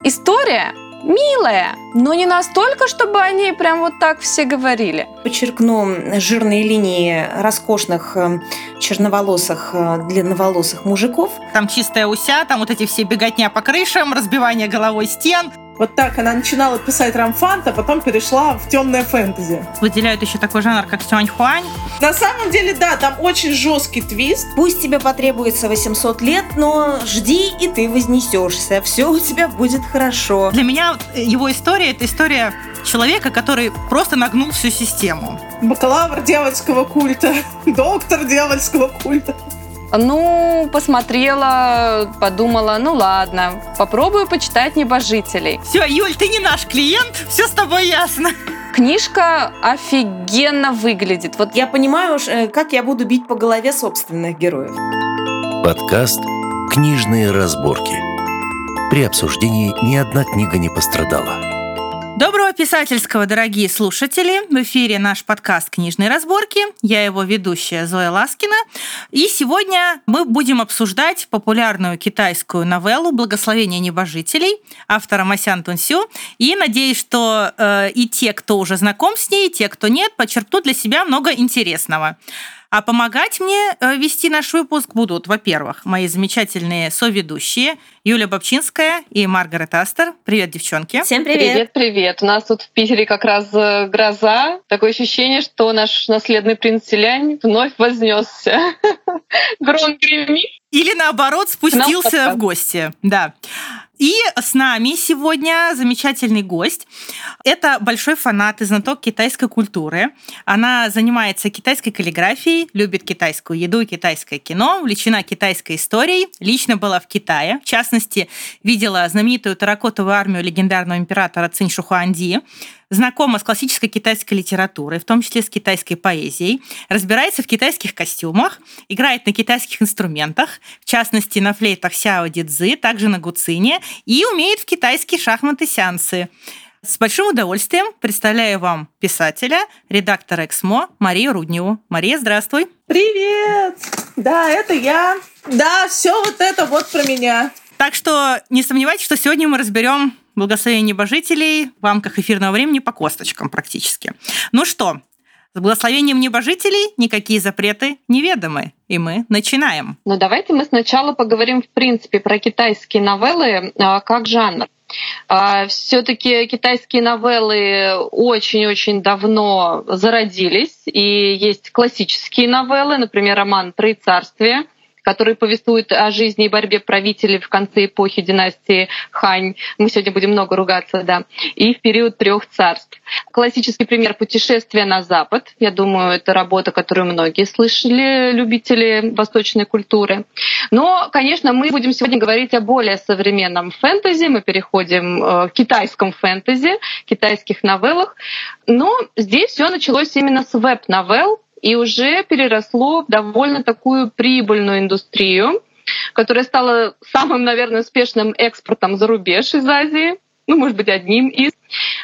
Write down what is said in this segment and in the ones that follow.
История милая, но не настолько, чтобы о ней прям вот так все говорили. Подчеркну жирные линии роскошных черноволосых, длинноволосых мужиков. Там чистая уся, там вот эти все беготня по крышам, разбивание головой стен. Вот так она начинала писать ромфант, а потом перешла в темное фэнтези. Выделяют еще такой жанр, как сюаньхуань. На самом деле, да, там очень жесткий твист. Пусть тебе потребуется 800 лет, но жди, и ты вознесешься. Все у тебя будет хорошо. Для меня его история – это история человека, который просто нагнул всю систему. Бакалавр дьявольского культа, доктор дьявольского культа. Посмотрела, подумала, ладно, попробую почитать «Небожителей». Все, Юль, ты не наш клиент, все с тобой ясно. Книжка офигенно выглядит. Вот я понимаю, как я буду бить по голове собственных героев. Подкаст «Книжные разборки». При обсуждении ни одна книга не пострадала. Доброго писательского, дорогие слушатели! В эфире наш подкаст «Книжные разборки». Я его ведущая Зоя Ласкина. И сегодня мы будем обсуждать популярную китайскую новеллу «Благословение небожителей» автора Масян Тунсю. И надеюсь, что и те, кто уже знаком с ней, и те, кто нет, подчеркнут для себя много интересного. А помогать мне вести наш выпуск будут, во-первых, мои замечательные соведущие Юля Бобчинская и Маргарет Астер. Привет, девчонки. Всем привет. Привет. У нас тут в Питере как раз гроза. Такое ощущение, что наш наследный принц Силянь вновь вознесся. Гром гремит. Или наоборот, спустился в гости. Да. И с нами сегодня замечательный гость. Это большой фанат и знаток китайской культуры. Она занимается китайской каллиграфией, любит китайскую еду и китайское кино, увлечена китайской историей, лично была в Китае. В частности, видела знаменитую терракотовую армию легендарного императора Цинь Шихуанди, знакома с классической китайской литературой, в том числе с китайской поэзией, разбирается в китайских костюмах, играет на китайских инструментах, в частности, на флейтах сяо дидзи, также на гуцине, и умеет в китайские шахматы-сеансы. С большим удовольствием представляю вам писателя, редактора «Эксмо» Марию Рудневу. Мария, здравствуй. Привет! Да, это я. Да, все вот это вот про меня. Так что не сомневайтесь, что сегодня мы разберем «Благословение небожителей» в рамках эфирного времени по косточкам практически. Ну что, с «Благословением небожителей» никакие запреты неведомы, и мы начинаем. Давайте мы сначала поговорим, в принципе, про китайские новеллы как жанр. Все-таки китайские новеллы очень-очень давно зародились, и есть классические новеллы, например, роман «Троецарствие», который повествует о жизни и борьбе правителей в конце эпохи династии Хань. Мы сегодня будем много ругаться, да. И в период 3 царств. Классический пример «Путешествие на Запад». Я думаю, это работа, которую многие слышали, любители восточной культуры. Но, конечно, мы будем сегодня говорить о более современном фэнтези. Мы переходим к китайскому фэнтези, китайских новеллах. Но здесь все началось именно с веб-новелл, и уже переросло в довольно такую прибыльную индустрию, которая стала самым, наверное, успешным экспортом за рубеж из Азии, может быть, одним из.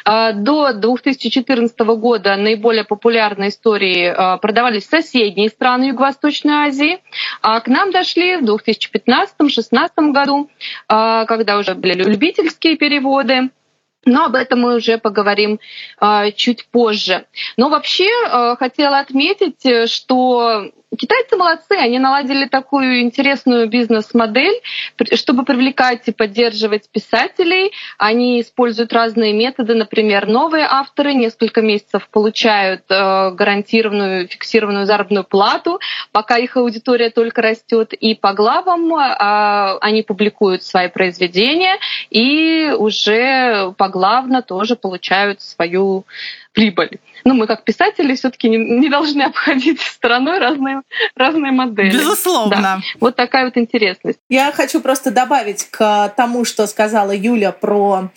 До 2014 года наиболее популярные истории продавались в соседние страны Юго-Восточной Азии, а к нам дошли в 2015-2016 году, когда уже были любительские переводы. Но об этом мы уже поговорим чуть позже. Но вообще хотела отметить, что китайцы молодцы, они наладили такую интересную бизнес-модель, чтобы привлекать и поддерживать писателей. Они используют разные методы, например, новые авторы несколько месяцев получают гарантированную фиксированную заработную плату, пока их аудитория только растет, и по главам они публикуют свои произведения и уже поглавно тоже получают свою прибыль. Мы как писатели все-таки не должны обходить стороной разные модели. Безусловно. Да. Вот такая вот интересность. Я хочу просто добавить к тому, что сказала Юля про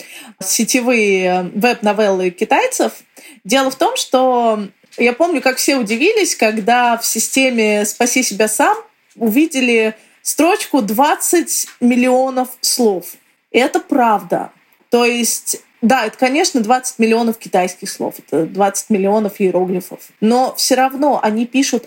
сетевые веб-новеллы китайцев. Дело в том, что я помню, как все удивились, когда в системе «Спаси себя сам» увидели строчку 20 миллионов слов. И это правда. То есть да, это, конечно, 20 миллионов китайских слов, это 20 миллионов иероглифов. Но все равно они пишут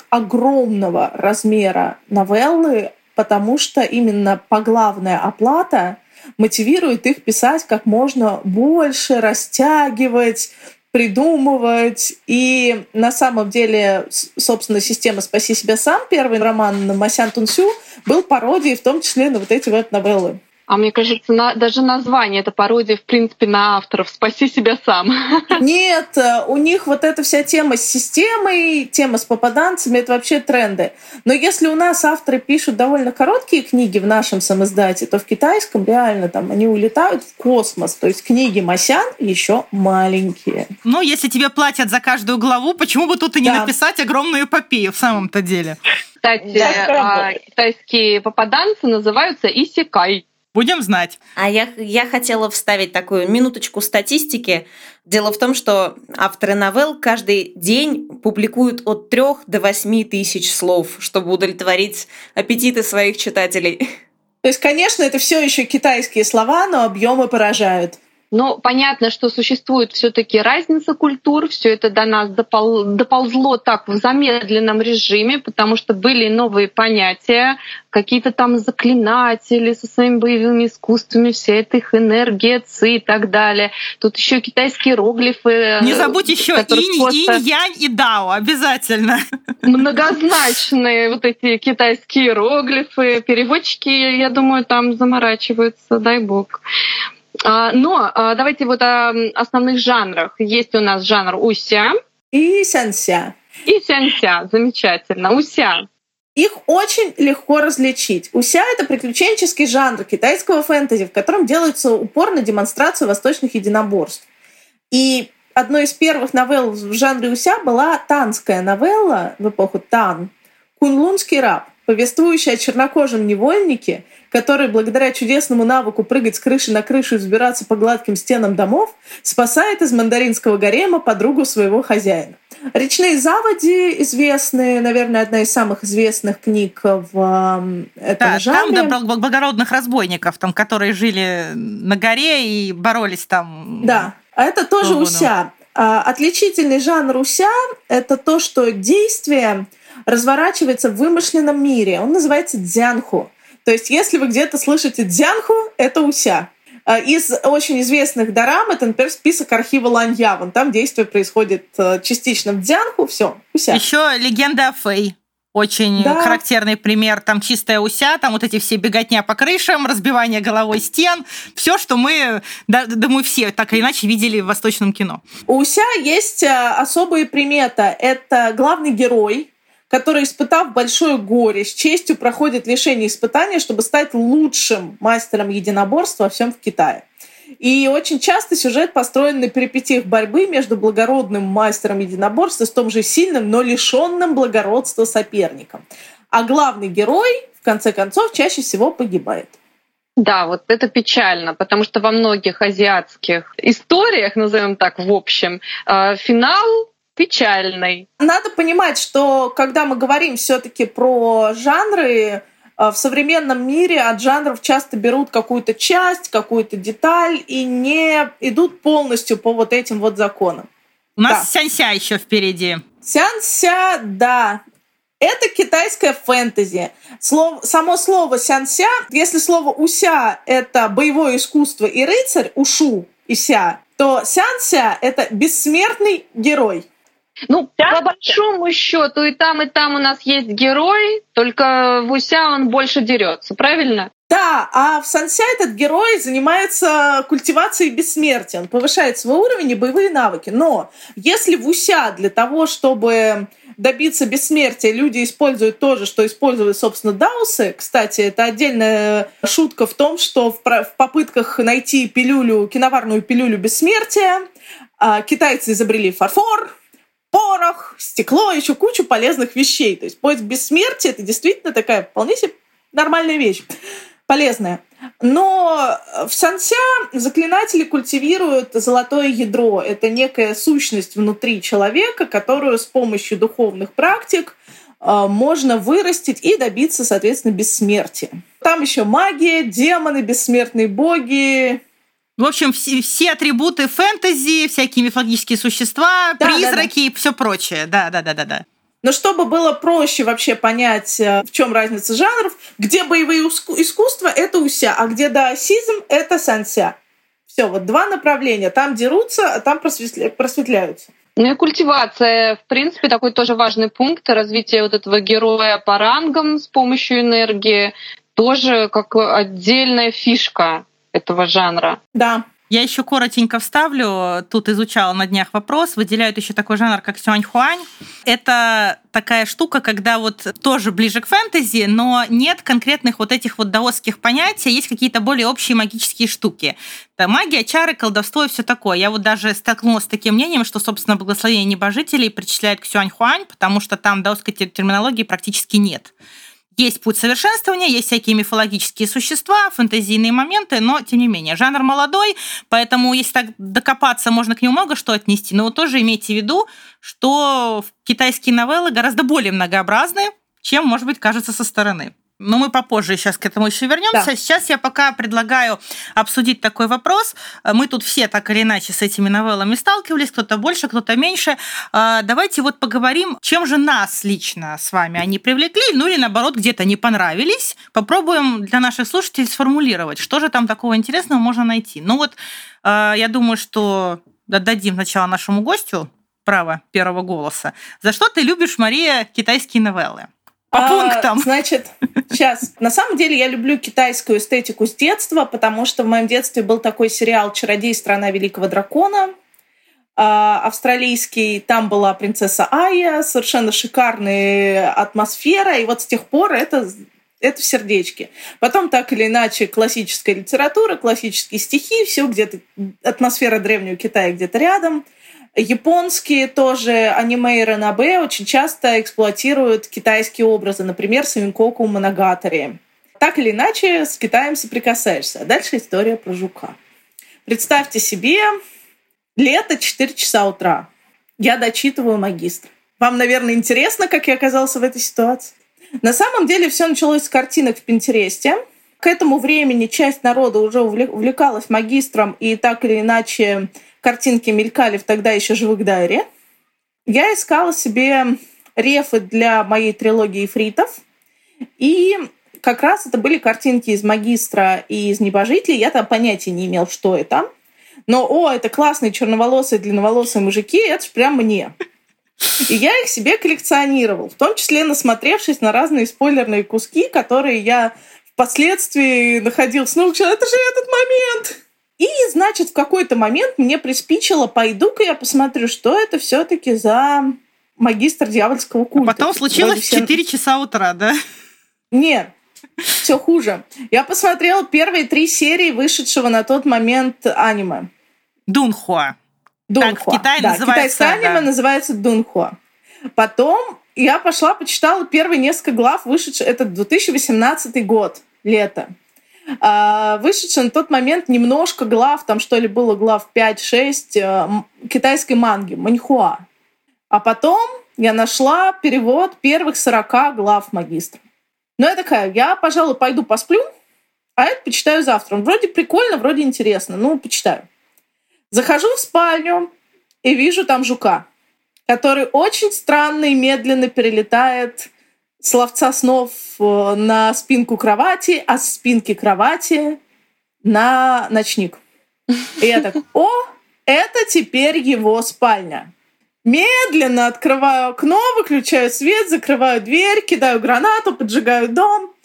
огромного размера новеллы, потому что именно поглавная оплата мотивирует их писать как можно больше, растягивать, придумывать. И на самом деле, собственно, система «Спаси себя сам», первый роман Масян Тунсю, был пародией в том числе на вот эти веб-новеллы. А мне кажется, даже название — это пародия, в принципе, на авторов «Спаси себя сам». Нет, у них вот эта вся тема с системой, тема с попаданцами — это вообще тренды. Но если у нас авторы пишут довольно короткие книги в нашем самоиздате, то в китайском реально там они улетают в космос. То есть книги Масян еще маленькие. Ну, если тебе платят за каждую главу, почему бы тут и не написать огромную эпопею в самом-то деле? Кстати, китайские попаданцы называются исекай. Будем знать. А я хотела вставить такую минуточку статистики. Дело в том, что авторы новелл каждый день публикуют от 3 до 8 тысяч слов, чтобы удовлетворить аппетиты своих читателей. То есть, конечно, это все еще китайские слова, но объемы поражают. Но понятно, что существует все-таки разница культур, все это до нас доползло так в замедленном режиме, потому что были новые понятия, какие-то там заклинатели со своими боевыми искусствами, вся эта их энергия, ци и так далее. Тут еще китайские иероглифы. Не забудь еще инь, янь и дао, обязательно. Многозначные вот эти китайские иероглифы. Переводчики, я думаю, там заморачиваются, дай бог. Но давайте вот о основных жанрах. Есть у нас жанр уся. И сянся. И сянся. Замечательно. Уся. Их очень легко различить. Уся — это приключенческий жанр китайского фэнтези, в котором делается упор на демонстрацию восточных единоборств. И одной из первых новелл в жанре уся была танская новелла в эпоху Тан «Куньлунский раб», повествующая о чернокожем невольнике, который благодаря чудесному навыку прыгать с крыши на крышу и взбираться по гладким стенам домов, спасает из мандаринского гарема подругу своего хозяина. «Речные заводи» известные, наверное, одна из самых известных книг в этом жанре. Там до благородных разбойников, там, которые жили на горе и боролись там. Да, а это тоже уся. Отличительный жанр уся — это то, что действие разворачивается в вымышленном мире. Он называется дзянху. То есть, если вы где-то слышите дзянху, это уся. Из очень известных дорам это, например, список архива Ланьяван. Там действие происходит частично в дзянху, все, уся. Еще легенда о Фэй. Очень характерный пример. Там чистая уся, там вот эти все беготня по крышам, разбивание головой стен. Все, что мы, мы все так или иначе видели в восточном кино. У уся есть особые приметы. Это главный герой, который, испытав большое горе, с честью проходит лишение испытания, чтобы стать лучшим мастером единоборства во всем в Китае. И очень часто сюжет построен на перипетиях борьбы между благородным мастером единоборства с том же сильным, но лишенным благородства соперником. А главный герой, в конце концов, чаще всего погибает. Да, вот это печально, потому что во многих азиатских историях, назовем так, в общем, финал печальный. Надо понимать, что когда мы говорим все-таки про жанры, в современном мире от жанров часто берут какую-то часть, какую-то деталь и не идут полностью по вот этим вот законам. У нас сянся еще впереди. Сянся, да. Это китайское фэнтези. Само слово сянся, если слово уся — это боевое искусство и рыцарь, ушу и ся, то сянся — это бессмертный герой. Ну, по большому счету и там у нас есть герой, только в уся он больше дерется, правильно? Да, а в сянся этот герой занимается культивацией бессмертия. Он повышает свой уровень и боевые навыки. Но если в уся для того, чтобы добиться бессмертия, люди используют то же, что используют, собственно, даосы. Кстати, это отдельная шутка в том, что в попытках найти пилюлю, киноварную пилюлю бессмертия, китайцы изобрели фарфор, порох, стекло, еще кучу полезных вещей. То есть поиск бессмертия — это действительно такая вполне себе нормальная вещь, полезная. Но в сянся заклинатели культивируют золотое ядро. Это некая сущность внутри человека, которую с помощью духовных практик можно вырастить и добиться, соответственно, бессмертия. Там еще магия, демоны, бессмертные боги. В общем, все атрибуты фэнтези, всякие мифологические существа, призраки и все прочее. Да. Но чтобы было проще вообще понять, в чем разница жанров, где боевые искусства — это уся, а где даосизм — это санся. Все, вот два направления. Там дерутся, а там просветляются. Ну и культивация, в принципе, такой тоже важный пункт развития вот этого героя по рангам с помощью энергии, тоже как отдельная фишка этого жанра. Да. Я еще коротенько вставлю, тут изучала на днях вопрос, выделяют еще такой жанр, как сюаньхуань. Это такая штука, когда вот тоже ближе к фэнтези, но нет конкретных вот этих вот даосских понятий, есть какие-то более общие магические штуки. Это магия, чары, колдовство и все такое. Я вот даже столкнулась с таким мнением, что, собственно, благословение небожителей причисляют к сюаньхуань, потому что там даосской терминологии практически нет. Есть путь совершенствования, есть всякие мифологические существа, фэнтезийные моменты, но, тем не менее, жанр молодой, поэтому, если так докопаться, можно к нему много что отнести, но вот тоже имейте в виду, что китайские новеллы гораздо более многообразны, чем, может быть, кажется со стороны. Но мы попозже сейчас к этому еще вернемся. Да. Сейчас я пока предлагаю обсудить такой вопрос. Мы тут все так или иначе с этими новеллами сталкивались, кто-то больше, кто-то меньше. Давайте вот поговорим, чем же нас лично с вами они привлекли, ну или наоборот где-то не понравились. Попробуем для наших слушателей сформулировать, что же там такого интересного можно найти. Ну вот я думаю, что отдадим сначала нашему гостю право первого голоса. За что ты любишь, Мария, китайские новеллы? По пунктам. Значит, сейчас. На самом деле я люблю китайскую эстетику с детства, потому что в моем детстве был такой сериал «Чародей. Страна великого дракона», австралийский. Там была принцесса Ая, совершенно шикарная атмосфера, и вот с тех пор это в сердечке. Потом так или иначе классическая литература, классические стихи, все где-то атмосфера древнего Китая где-то рядом. Японские тоже аниме и ранобэ очень часто эксплуатируют китайские образы, например, Савинкоку Моногатари. Так или иначе, с Китаем соприкасаешься. А дальше история про жука. Представьте себе, лето, 4 часа утра. Я дочитываю «Магистр». Вам, наверное, интересно, как я оказался в этой ситуации? На самом деле все началось с картинок в Пинтересте. К этому времени часть народа уже увлекалась «Магистром», и так или иначе картинки мелькали в тогда еще живых дайре. Я искала себе рефы для моей трилогии ифритов. И как раз это были картинки из «Магистра» и из «Небожителей». Я там понятия не имел, что это. Но, это классные черноволосые, длинноволосые мужики, это ж прям мне. И я их себе коллекционировал, в том числе насмотревшись на разные спойлерные куски, которые я впоследствии находил с это же этот момент. И, значит, в какой-то момент мне приспичило, пойду-ка я посмотрю, что это все-таки за «Магистр дьявольского культа». Потом случилось в 4 часа утра, да? Нет, все хуже. Я посмотрела первые 3 серии вышедшего на тот момент аниме. Дунхуа. Так в Китае называется. Китайское аниме называется Дунхуа. Потом я пошла, почитала первые несколько глав, вышедшие, это 2018 год, лето. Вышедший на тот момент немножко глав, там что ли было глав 5-6 китайской манги, маньхуа. А потом я нашла перевод первых 40 глав «Магистра». Но я такая, я, пожалуй, пойду посплю, а это почитаю завтра. Вроде прикольно, вроде интересно, почитаю. Захожу в спальню и вижу там жука, который очень странно и медленно перелетает с ловца снов на спинку кровати, а с спинки кровати на ночник. И я так, это теперь его спальня. Медленно открываю окно, выключаю свет, закрываю дверь, кидаю гранату, поджигаю дом.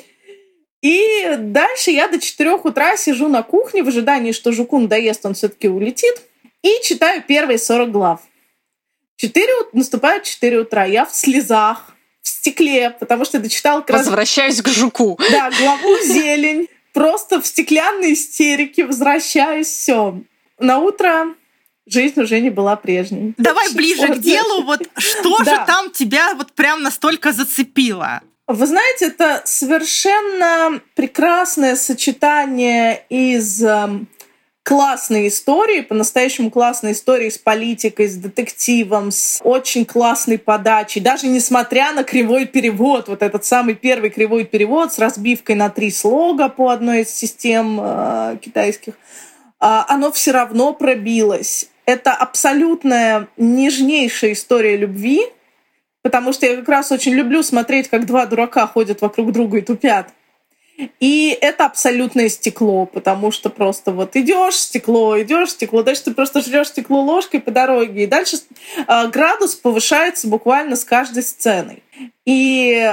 И дальше я до 4 утра сижу на кухне в ожидании, что жуку надоест, он все-таки улетит, и читаю первые 40 глав. Наступает 4 утра, я в слезах, в стекле, потому что дочитала... Возвращаюсь к жуку. Да, главу «Зелень». Просто в стеклянной истерике возвращаюсь, все. На утро жизнь уже не была прежней. Давай ближе к делу. Вот что же там тебя вот прям настолько зацепило? Вы знаете, это совершенно прекрасное сочетание из классной истории, по-настоящему классной истории с политикой, с детективом, с очень классной подачей. Даже несмотря на кривой перевод, вот этот самый первый кривой перевод с разбивкой на 3 слога по одной из систем китайских, оно все равно пробилось. Это абсолютная нежнейшая история любви, потому что я как раз очень люблю смотреть, как два дурака ходят вокруг друга и тупят. И это абсолютное стекло, потому что просто вот идешь стекло, дальше ты просто жрешь стекло ложкой по дороге, и дальше градус повышается буквально с каждой сценой. И,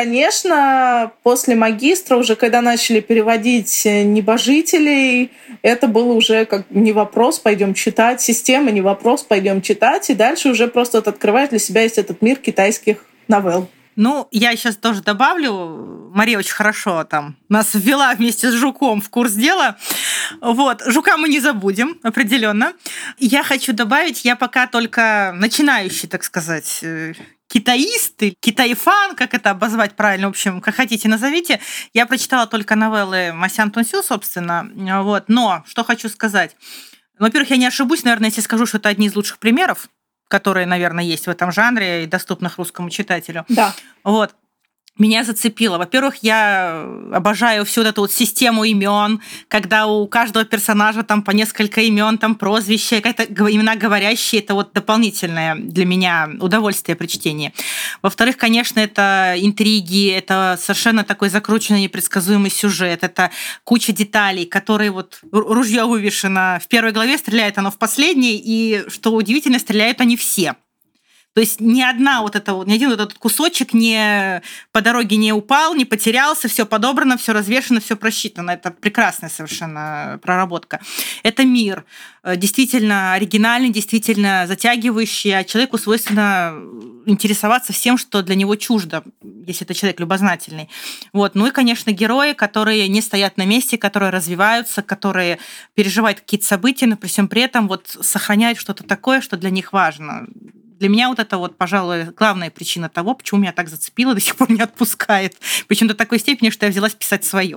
конечно, после магистра, уже когда начали переводить небожителей, это было уже как не вопрос, пойдем читать, система, не вопрос, пойдем читать, и дальше уже просто вот открываешь для себя есть этот мир китайских новелл. Ну, я сейчас тоже добавлю. Мария очень хорошо там нас ввела вместе с Жуком в курс дела. Вот. Жука мы не забудем, определенно. Я хочу добавить, я пока только начинающий, так сказать, китаист, китаифан, как это обозвать правильно, в общем, как хотите назовите. Я прочитала только новеллы Масян Тунсю, собственно. Вот. Но что хочу сказать. Во-первых, я не ошибусь, наверное, если скажу, что это одни из лучших примеров, которые, наверное, есть в этом жанре и доступных русскому читателю. Да. Вот. Меня зацепило. Во-первых, я обожаю всю эту вот систему имен, когда у каждого персонажа там по несколько имен, там прозвища, какие-то имена говорящие. Это вот дополнительное для меня удовольствие при чтении. Во-вторых, конечно, это интриги, это совершенно такой закрученный, непредсказуемый сюжет, это куча деталей, которые вот ружье вывешено в первой главе, стреляет оно в последней, и, что удивительно, стреляют они все. То есть ни один вот этот кусочек не по дороге не упал, не потерялся, все подобрано, все развешено, все просчитано. Это прекрасная совершенно проработка. Это мир действительно оригинальный, действительно затягивающий, а человеку свойственно интересоваться всем, что для него чуждо, если это человек любознательный. Вот. Ну и, конечно, герои, которые не стоят на месте, которые развиваются, которые переживают какие-то события, но при всем при этом вот сохраняют что-то такое, что для них важно. Для меня вот это вот, пожалуй, главная причина того, почему меня так зацепило, до сих пор не отпускает. Причем до такой степени, что я взялась писать свое.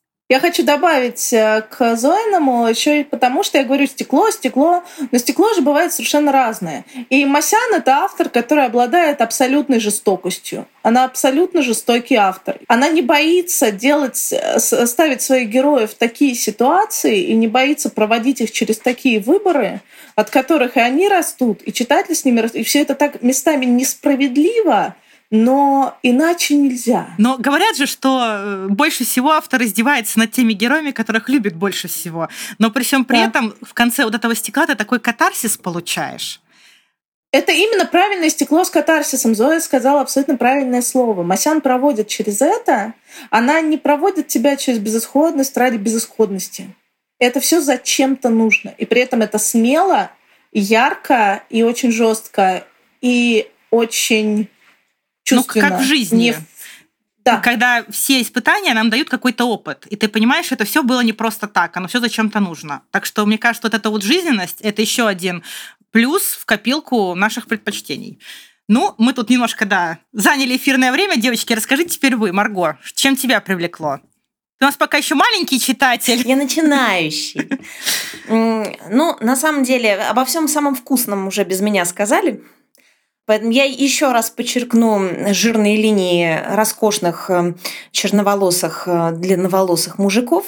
Я хочу добавить к Зоиному еще и потому, что я говорю стекло, но стекло же бывает совершенно разное. И Масян — это автор, который обладает абсолютной жестокостью. Она абсолютно жестокий автор. Она не боится ставить своих героев в такие ситуации и не боится проводить их через такие выборы, от которых и они растут, и читатель с ними растут. И все это так местами несправедливо, но иначе нельзя. Но говорят же, что больше всего автор издевается над теми героями, которых любит больше всего. Но при всем при этом в конце вот этого стекла ты такой катарсис получаешь. Это именно правильное стекло с катарсисом. Зоя сказала абсолютно правильное слово. Масян проводит через это. Она не проводит тебя через безысходность ради безысходности. Это все зачем-то нужно. И при этом это смело, ярко и очень жестко, и очень чувственно. Ну, как в жизни. Да. Когда все испытания нам дают какой-то опыт, и ты понимаешь, что это все было не просто так, оно все зачем-то нужно. Так что мне кажется, вот эта вот жизненность — это еще один плюс в копилку наших предпочтений. Ну, мы тут немножко, заняли эфирное время. Девочки, расскажите теперь вы, Марго, чем тебя привлекло? Ты у нас пока еще маленький читатель. Я начинающий. Ну, на самом деле, обо всем самом вкусном уже без меня сказали. Поэтому я еще раз подчеркну жирные линии роскошных черноволосых, длинноволосых мужиков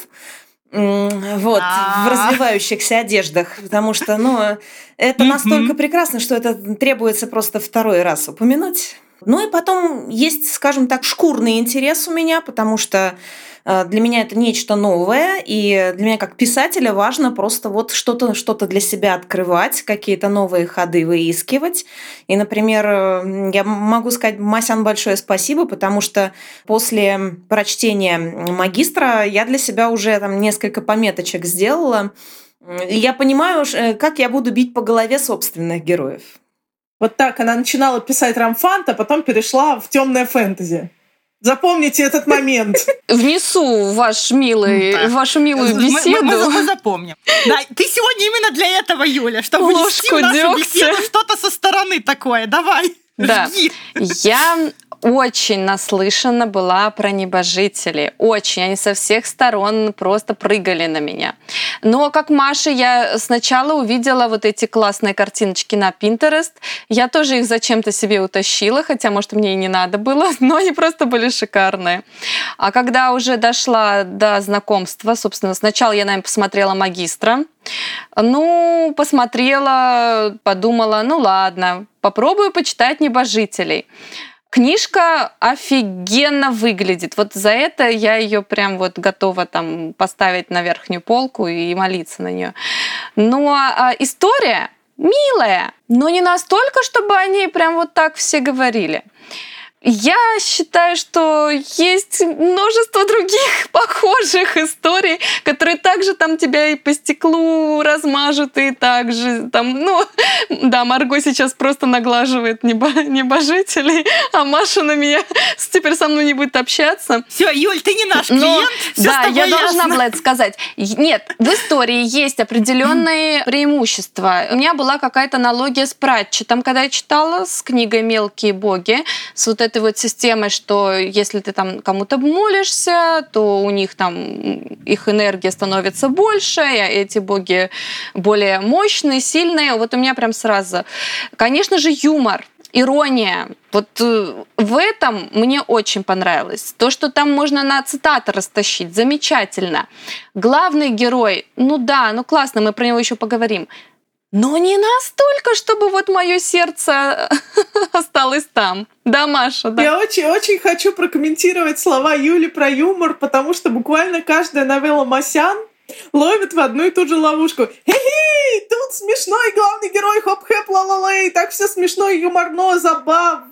в развивающихся одеждах, потому что это настолько прекрасно, что это требуется просто второй раз упомянуть. Ну и потом есть, скажем так, шкурный интерес у меня, потому что для меня это нечто новое, и для меня как писателя важно просто вот что-то для себя открывать, какие-то новые ходы выискивать. И, например, я могу сказать Масян большое спасибо, потому что после прочтения магистра я для себя уже там несколько пометочек сделала, и я понимаю, как я буду бить по голове собственных героев. Вот так она начинала писать ромфант, а потом перешла в темное фэнтези. Запомните этот момент. Внесу вашу милую беседу. Мы запомним. Да, ты сегодня именно для этого, Юля, чтобы внести в нашу беседу что-то со стороны такое. Давай, да. жги. Я очень наслышана была про небожителей. Очень. Они со всех сторон просто прыгали на меня. Но, как Маша, я сначала увидела вот эти классные картиночки на Pinterest. Я тоже их зачем-то себе утащила, хотя, может, мне и не надо было, но они просто были шикарные. А когда уже дошла до знакомства, собственно, сначала я, наверное, посмотрела «Магистра». Посмотрела, подумала, ладно, попробую почитать «Небожителей». Книжка офигенно выглядит. Вот за это я ее прям вот готова там поставить на верхнюю полку и молиться на нее. Но история милая, но не настолько, чтобы о ней прям вот так все говорили. Я считаю, что есть множество других похожих историй, которые также там тебя и по стеклу размажут, и также там, да, Марго сейчас просто наглаживает небожителей, а Маша на меня теперь со мной не будет общаться. Все, Юль, ты не наш клиент. Да, я должна была это сказать. Нет, в истории есть определенные преимущества. У меня была какая-то аналогия с Пратчеттом, когда я читала, с книгой «Мелкие боги», с вот этой вот системой, что если ты там кому-то молишься, то у них там их энергия становится больше, и эти боги более мощные, сильные. Вот у меня прям сразу. Конечно же, юмор, ирония. Вот в этом мне очень понравилось. То, что там можно на цитаты растащить, замечательно. Главный герой, классно, мы про него еще поговорим. Но не настолько, чтобы вот мое сердце осталось там. Да, Маша, да. Я очень-очень хочу прокомментировать слова Юли про юмор, потому что буквально каждая новелла Масян ловит в одну и ту же ловушку. Хе-хей, тут смешной главный герой, хоп-хэп, ла-ла-лей, так все смешно, юморно, забавно.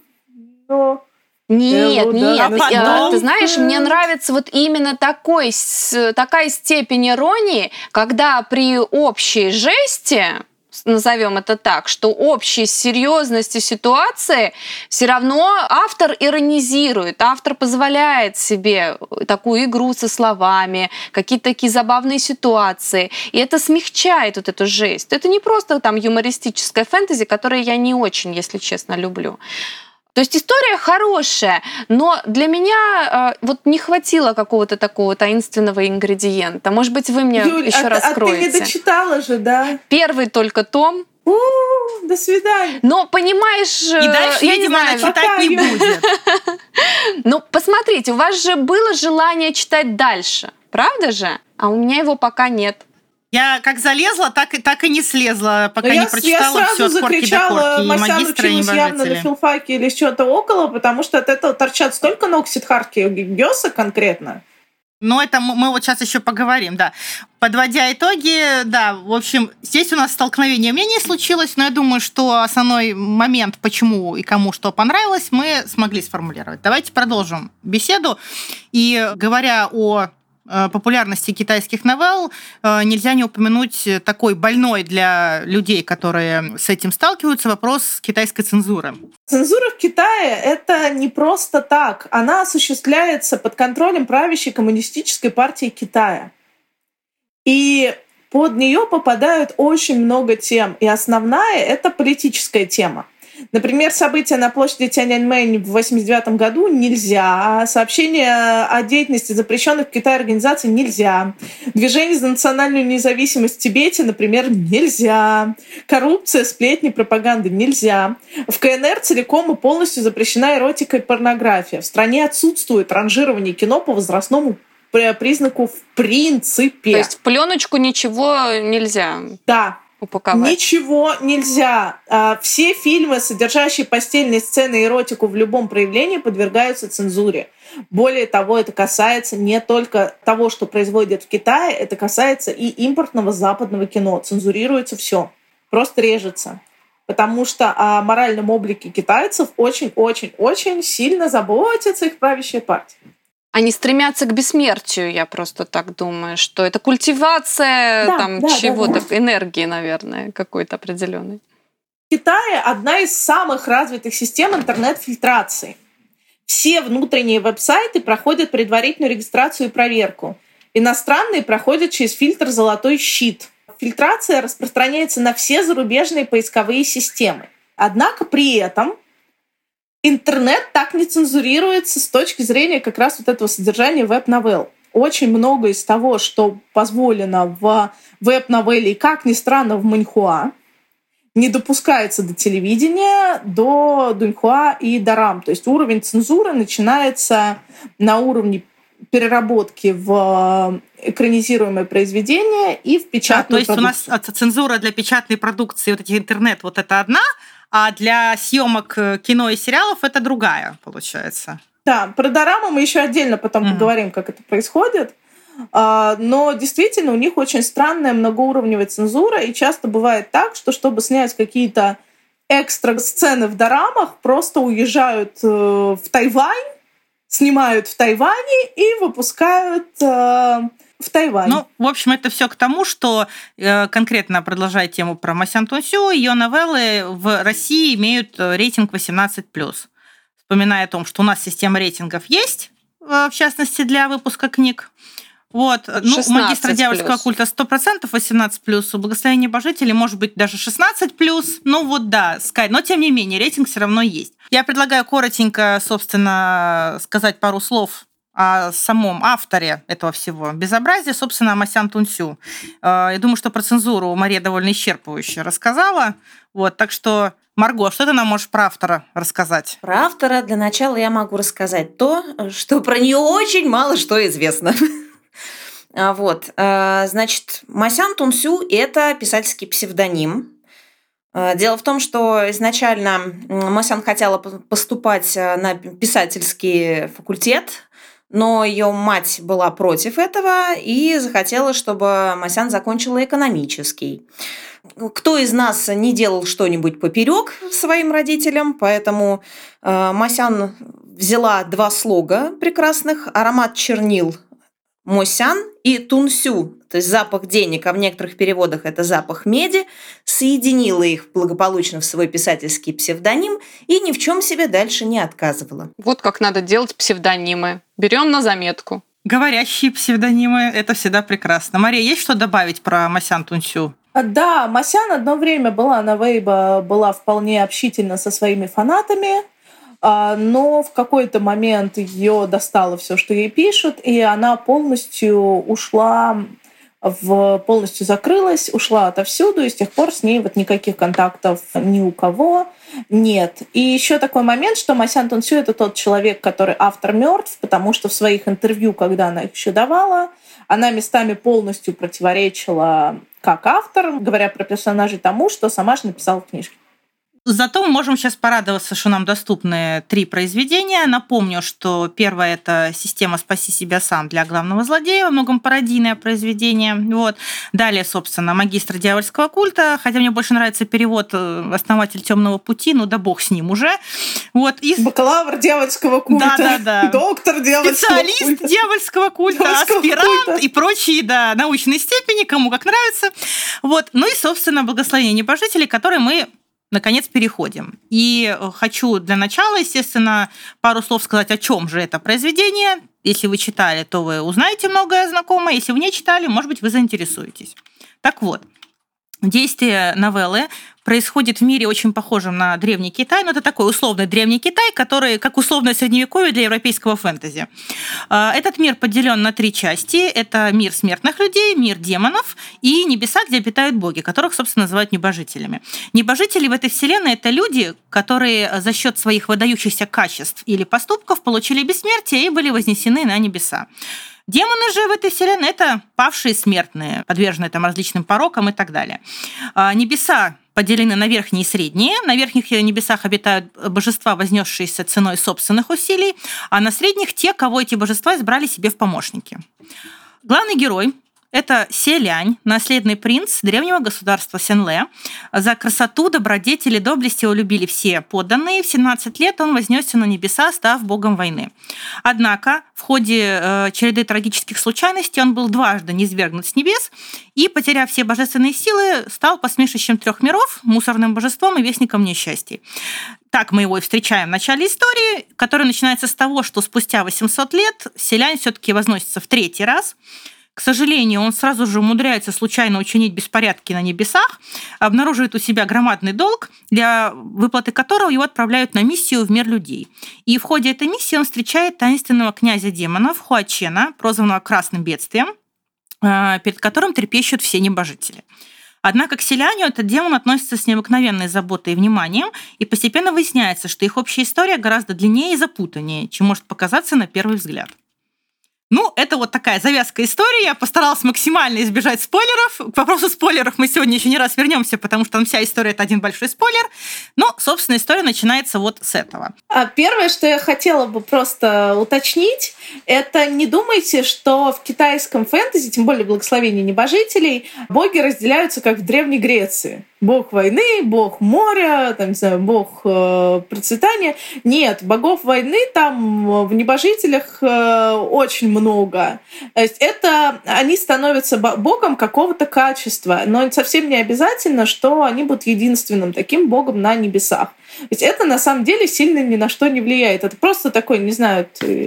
Нет, потом... ты знаешь, мне нравится вот именно такая степень иронии, когда при общей жести, назовем это так, что общей серьезности ситуации все равно автор иронизирует, автор позволяет себе такую игру со словами, какие-то такие забавные ситуации, и это смягчает вот эту жесть. Это не просто там юмористическая фэнтези, которую я не очень, если честно, люблю. То есть история хорошая, но для меня вот не хватило какого-то такого таинственного ингредиента. Может быть, вы мне Юль, еще раскроете. А ты не дочитала же, да? Первый только том. До свидания. Но, понимаешь... И дальше, видимо, она читать не будет. Ну, посмотрите, у вас же было желание читать дальше, правда же? А у меня его пока нет. Я как залезла, так и не слезла, пока не прочитала я все сразу от корки до закричала, корки. И Масян магистра, и училась явно на небожители. филфаке или что-то около, потому что от этого торчат столько ног Сиддхартхи Гёса конкретно. Но это мы вот сейчас еще поговорим, да. Подводя итоги, да, в общем, здесь у нас столкновение мнений случилось, но я думаю, что основной момент, почему и кому что понравилось, мы смогли сформулировать. Давайте продолжим беседу. И говоря о популярности китайских новелл, нельзя не упомянуть такой больной для людей, которые с этим сталкиваются, вопрос китайской цензуры. Цензура в Китае — это не просто так. Она осуществляется под контролем правящей коммунистической партии Китая. И под нее попадают очень много тем. И основная — это политическая тема. Например, события на площади Тяньаньмэнь в 1989 году нельзя. Сообщения о деятельности запрещенных в Китае организаций нельзя. Движение за национальную независимость в Тибете, например, нельзя. Коррупция, сплетни, пропаганда нельзя. В КНР целиком и полностью запрещена эротика и порнография. В стране отсутствует ранжирование кино по возрастному признаку в принципе. То есть в пленочку ничего нельзя? Да. Упаковать. Ничего нельзя. Все фильмы, содержащие постельные сцены и эротику в любом проявлении, подвергаются цензуре. Более того, это касается не только того, что производят в Китае, это касается и импортного западного кино. Цензурируется все. Просто режется. Потому что о моральном облике китайцев очень-очень-очень сильно заботится их правящая партия. Они стремятся к бессмертию, я просто так думаю, что это культивация чего-то, энергии, наверное, какой-то определенной. В Китае одна из самых развитых систем интернет-фильтрации. Все внутренние веб-сайты проходят предварительную регистрацию и проверку. Иностранные проходят через фильтр «Золотой щит». Фильтрация распространяется на все зарубежные поисковые системы. Однако при этом интернет так не цензурируется с точки зрения как раз вот этого содержания веб-новелл. Очень много из того, что позволено в веб-новелле и, как ни странно, в маньхуа, не допускается до телевидения, до дуньхуа и дорам. То есть уровень цензуры начинается на уровне переработки в экранизируемое произведение и в печатную продукцию. То есть у нас цензура для печатной продукции, вот эти интернет, вот это одна, а для съемок кино и сериалов это другая, получается. Да, про дораму мы еще отдельно потом поговорим, как это происходит. Но действительно у них очень странная многоуровневая цензура, и часто бывает так, что чтобы снять какие-то экстра сцены в дорамах, просто уезжают в Тайвань, снимают в Тайване и выпускают в Тайване. Ну, в общем, это все к тому, что конкретно продолжая тему про Масян Тунсю, ее новеллы в России имеют рейтинг 18+. Вспоминая о том, что у нас система рейтингов есть, в частности, для выпуска книг. Вот. Ну, у магистра дьявольского культа 100% 18+, у благословения небожителей может быть даже 16+. Ну вот да, но тем не менее, рейтинг все равно есть. Я предлагаю коротенько, собственно, сказать пару слов о самом авторе этого всего безобразия, собственно, о Масян Тунсю. Я думаю, что про цензуру Мария довольно исчерпывающе рассказала. Вот, так что, Марго, что ты нам можешь про автора рассказать? Про автора для начала я могу рассказать то, что про нее очень мало что известно. Вот, значит, Масян Тунсю – это писательский псевдоним. Дело в том, что изначально Масян хотела поступать на писательский факультет, но ее мать была против этого и захотела, чтобы Масян закончила экономический. Кто из нас не делал что-нибудь поперек своим родителям, поэтому Масян взяла два слога прекрасных: аромат чернил Мосян и Тунсю, то есть запах денег, а в некоторых переводах это запах меди, соединила их благополучно в свой писательский псевдоним и ни в чем себе дальше не отказывала. Вот как надо делать псевдонимы. Берем на заметку. Говорящие псевдонимы – это всегда прекрасно. Мария, есть что добавить про Масян Тунсю? Да, Масян одно время была на Weibo, была вполне общительна со своими фанатами, но в какой-то момент ее достало все, что ей пишут, и она полностью ушла, полностью закрылась, ушла отовсюду, и с тех пор с ней вот никаких контактов ни у кого нет. И еще такой момент, что Масян Тунсю — это тот человек, который автор мертв, потому что в своих интервью, когда она их еще давала, она местами полностью противоречила как автор, говоря про персонажей, тому, что сама же написала в книжке. Зато мы можем сейчас порадоваться, что нам доступны 3 произведения. Напомню, что первое – это «Система «Спаси себя сам» для главного злодея», во многом пародийное произведение. Вот. Далее, собственно, «Магистр дьявольского культа», хотя мне больше нравится перевод «Основатель темного пути», ну да бог с ним уже. Вот. Бакалавр дьявольского культа, да. Доктор дьявольского культа. Специалист дьявольского культа, аспирант и прочие, да, научные степени, кому как нравится. Вот. Ну и, собственно, «Благословение небожителей», которые мы наконец, переходим. И хочу для начала, естественно, пару слов сказать, о чем же это произведение. Если вы читали, то вы узнаете многое знакомое. Если вы не читали, может быть, вы заинтересуетесь. Так вот, действие новеллы происходит в мире, очень похожем на Древний Китай, но это такой условный Древний Китай, который как условное Средневековье для европейского фэнтези. Этот мир поделен на 3 части. Это мир смертных людей, мир демонов и небеса, где обитают боги, которых, собственно, называют небожителями. Небожители в этой вселенной – это люди, которые за счет своих выдающихся качеств или поступков получили бессмертие и были вознесены на небеса. Демоны же в этой вселенной – это павшие смертные, подверженные там различным порокам и так далее. Небеса поделены на верхние и средние. На верхних небесах обитают божества, вознесшиеся ценой собственных усилий, а на средних – те, кого эти божества избрали себе в помощники. Главный герой – это Селянь, наследный принц древнего государства Сенле. За красоту, добродетель и доблесть его любили все подданные. В 17 лет он вознесся на небеса, став богом войны. Однако в ходе череды трагических случайностей он был дважды низвергнут с небес и, потеряв все божественные силы, стал посмешищем 3 миров, мусорным божеством и вестником несчастий. Так мы его и встречаем в начале истории, которая начинается с того, что спустя 800 лет Селянь все-таки возносится в 3-й раз. К сожалению, он сразу же умудряется случайно учинить беспорядки на небесах, обнаруживает у себя громадный долг, для выплаты которого его отправляют на миссию в мир людей. И в ходе этой миссии он встречает таинственного князя демонов Хуачена, прозванного Красным Бедствием, перед которым трепещут все небожители. Однако к селяню этот демон относится с необыкновенной заботой и вниманием, и постепенно выясняется, что их общая история гораздо длиннее и запутаннее, чем может показаться на первый взгляд. Ну, это вот такая завязка истории. Я постаралась максимально избежать спойлеров. К вопросу спойлеров мы сегодня еще не раз вернемся, потому что там вся история – это один большой спойлер. Но, собственно, история начинается вот с этого. Первое, что я хотела бы просто уточнить, это не думайте, что в китайском фэнтези, тем более благословение небожителей, боги разделяются, как в Древней Греции. Бог войны, бог моря, там, не знаю, бог процветания. Нет, богов войны там в небожителях очень много. То есть это они становятся богом какого-то качества, но совсем не обязательно, что они будут единственным таким богом на небесах. То есть это на самом деле сильно ни на что не влияет. Это просто такой, не знаю,